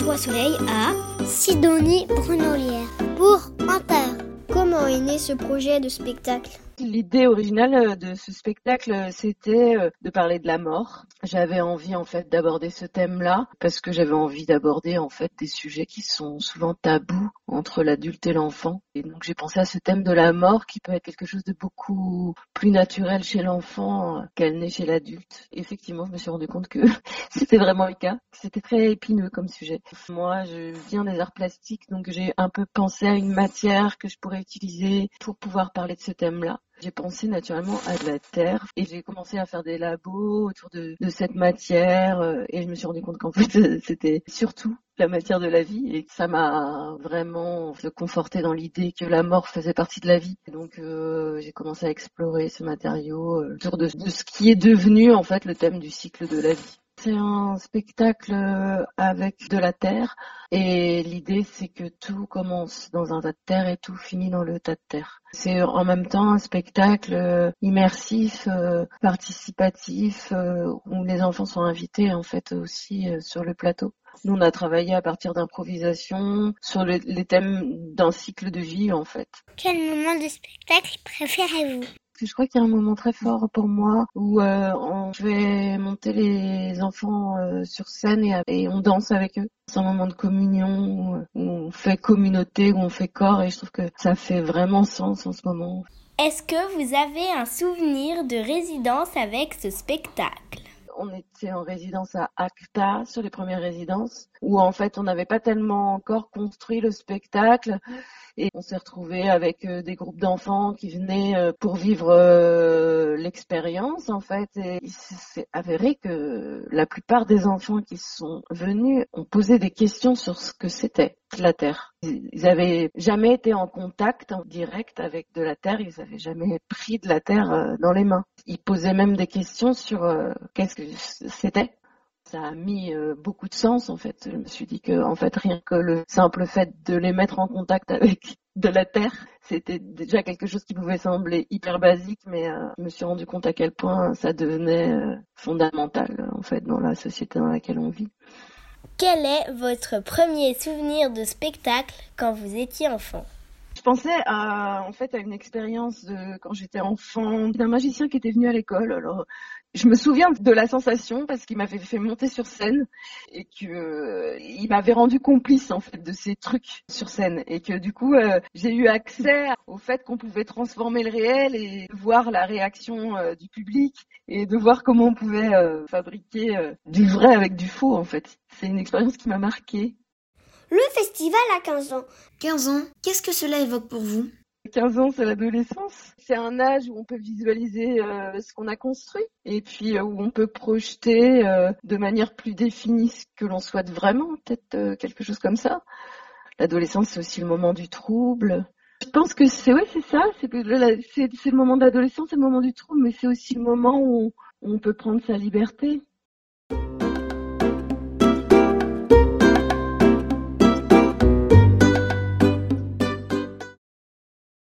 Voix Soleil à Sidonie Brunelière pour Inter. Comment est né ce projet de spectacle ? L'idée originale de ce spectacle, c'était de parler de la mort. J'avais envie en fait d'aborder ce thème-là parce que j'avais envie d'aborder en fait des sujets qui sont souvent tabous entre l'adulte et l'enfant. Et donc j'ai pensé à ce thème de la mort qui peut être quelque chose de beaucoup plus naturel chez l'enfant qu'elle n'est chez l'adulte. Effectivement, je me suis rendu compte que c'était vraiment le cas. C'était très épineux comme sujet. Moi, je viens des arts plastiques, donc j'ai un peu pensé à une matière que je pourrais utiliser pour pouvoir parler de ce thème-là. J'ai pensé naturellement à de la terre et j'ai commencé à faire des labos autour de cette matière et je me suis rendu compte qu'en fait c'était surtout la matière de la vie et que ça m'a vraiment conforté dans l'idée que la mort faisait partie de la vie. Et donc j'ai commencé à explorer ce matériau autour de ce qui est devenu en fait le thème du cycle de la vie. C'est un spectacle avec de la terre et l'idée c'est que tout commence dans un tas de terre et tout finit dans le tas de terre. C'est en même temps un spectacle immersif, participatif, où les enfants sont invités en fait aussi sur le plateau. Nous on a travaillé à partir d'improvisation sur les thèmes d'un cycle de vie en fait. Quel moment de spectacle préférez-vous ? Je crois qu'il y a un moment très fort pour moi où on fait monter les enfants sur scène et on danse avec eux. C'est un moment de communion où on fait communauté, où on fait corps et je trouve que ça fait vraiment sens en ce moment. Est-ce que vous avez un souvenir de résidence avec ce spectacle ? On était en résidence à Acta, sur les premières résidences, où en fait on n'avait pas tellement encore construit le spectacle. Et on s'est retrouvés avec des groupes d'enfants qui venaient pour vivre l'expérience en fait. Et il s'est avéré que la plupart des enfants qui sont venus ont posé des questions sur ce que c'était la Terre. Ils avaient jamais été en contact en direct avec de la Terre, ils avaient jamais pris de la Terre dans les mains. Ils posaient même des questions sur qu'est-ce que c'était. Ça a mis beaucoup de sens en fait. Je me suis dit que en fait rien que le simple fait de les mettre en contact avec de la terre, c'était déjà quelque chose qui pouvait sembler hyper basique, mais je me suis rendu compte à quel point ça devenait fondamental en fait dans la société dans laquelle on vit. Quel est votre premier souvenir de spectacle quand vous étiez enfant ? Je pensais à une expérience de quand j'étais enfant d'un magicien qui était venu à l'école. Alors je me souviens de la sensation parce qu'il m'avait fait monter sur scène et que il m'avait rendu complice en fait de ces trucs sur scène et que du coup j'ai eu accès au fait qu'on pouvait transformer le réel et voir la réaction du public et de voir comment on pouvait fabriquer du vrai avec du faux en fait. C'est une expérience qui m'a marquée. Le festival a 15 ans. 15 ans, qu'est-ce que cela évoque pour vous ? 15 ans, c'est l'adolescence. C'est un âge où on peut visualiser ce qu'on a construit et puis où on peut projeter de manière plus définie ce que l'on souhaite vraiment, peut-être quelque chose comme ça. L'adolescence, c'est aussi le moment du trouble. Je pense que c'est ça, c'est le moment de l'adolescence, c'est le moment du trouble, mais c'est aussi le moment où on peut prendre sa liberté.